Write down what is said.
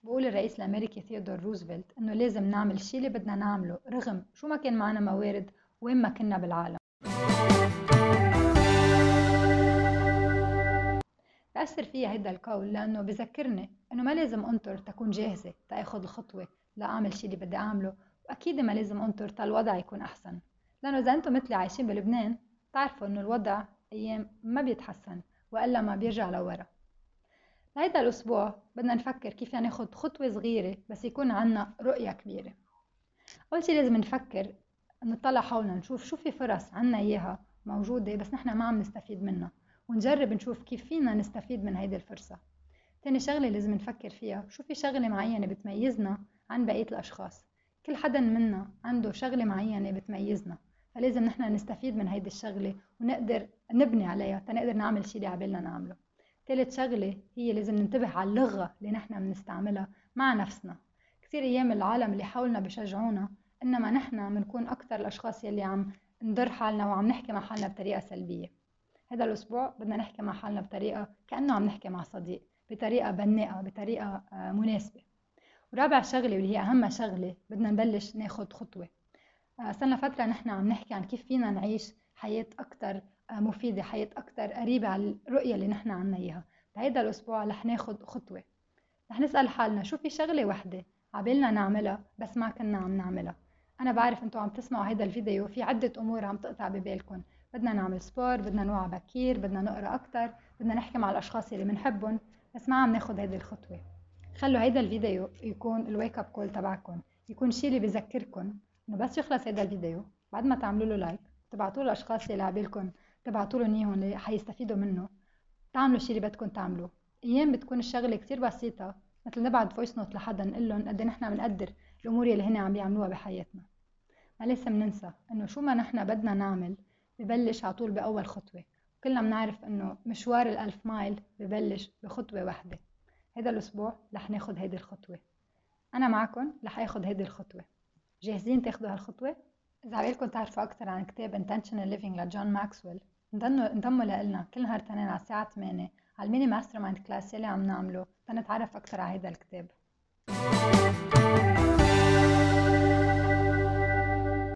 بقول الرئيس الأمريكي ثيودور روزفلت إنه لازم نعمل الشي اللي بدنا نعمله رغم شو ما كان معنا موارد وين ما كنا بالعالم. بأثر فيا هيدا القول لأنه بذكرني إنه ما لازم أنطر تكون جاهزة تاخد الخطوة لأعمل الشي اللي بدي أعمله، وأكيد ما لازم أنطر الوضع يكون أحسن، لأنه إذا أنتم مثلي عايشين بلبنان تعرفوا إنه الوضع أيام ما بيتحسن وإلا ما بيرجع لورا. لهيدا الأسبوع بدنا نفكر كيف ناخد خطوة صغيرة بس يكون عنا رؤية كبيرة. أول شي لازم نفكر نطلع حولنا نشوف شو في فرص عنا إياها موجودة بس نحنا ما عم نستفيد منها، ونجرب نشوف كيف فينا نستفيد من هيدي الفرصة. تاني شغلة لازم نفكر فيها شو في شغلة معينة بتميزنا عن بقية الأشخاص. كل حدا منا عنده شغلة معينة بتميزنا، فلازم نحنا نستفيد من هيدي الشغلة ونقدر نبني عليها تنقدر نعمل شي اللي عبالنا نعمله. ثالث شغلة هي لازم ننتبه على اللغة اللي نحنا بنستعملها مع نفسنا. كثير أيام العالم اللي حولنا بشجعونا، إنما نحنا بنكون أكتر الأشخاص يلي عم نضر حالنا وعم نحكي مع حالنا بطريقة سلبية. هذا الأسبوع بدنا نحكي مع حالنا بطريقة كأنه عم نحكي مع صديق، بطريقة بناءة، بطريقة مناسبة. ورابع شغلة واللي هي أهم شغلة بدنا نبلش ناخد خطوة. صرنا فترة نحن عم نحكي عن كيف فينا نعيش حياة أكتر مفيدة، حياة أكتر قريبة على الرؤية اللي نحن عنا إياها. بهيدا الأسبوع رح ناخد خطوة، رح نسأل حالنا شو في شغلة وحدة عبالنا نعملها بس ما كنا عم نعملها. أنا بعرف أنتوا عم تسمعوا هيدا الفيديو في عدة أمور عم تقطع ببالكم، بدنا نعمل سبور، بدنا نوعى بكير، بدنا نقرأ أكتر، بدنا نحكي مع الأشخاص اللي بنحبهم، بس ما عم ناخد هيدي الخطوة. خلوا هيدا الفيديو يكون الويك اب كول تبعكم، يكون شي اللي بذكركم انه بس يخلص هيدا الفيديو بعد ما تعملوا له لايك تبعتوا له الاشخاص اللي عبالكم تبعتوا لهم اياهم اللي حيستفيدوا منه، تعملوا الشي اللي بدكم تعملوه. ايام بتكون الشغله كتير بسيطه، مثل نبعت فويس نوت لحدا نقول لهم قد نحن بنقدر الامور اللي هن عم بيعملوها بحياتنا. ما لازم ننسى انه شو ما نحن بدنا نعمل ببلش على طول باول خطوه، وكلنا بنعرف انه مشوار الألف مايل ببلش بخطوه واحده. هذا الأسبوع رح ناخد هيدي الخطوة، أنا معكم رح آخد هيدي الخطوة. جاهزين تاخدوا هالخطوة؟ إذا عبالكم تعرفوا أكتر عن كتاب Intentional Living لجون ماكسويل انضموا لنا كل نهار تنين على الساعة 8 على الميني ماستر مايند كلاس يلي عم نعمله تنتعرف أكتر على هيدا الكتاب.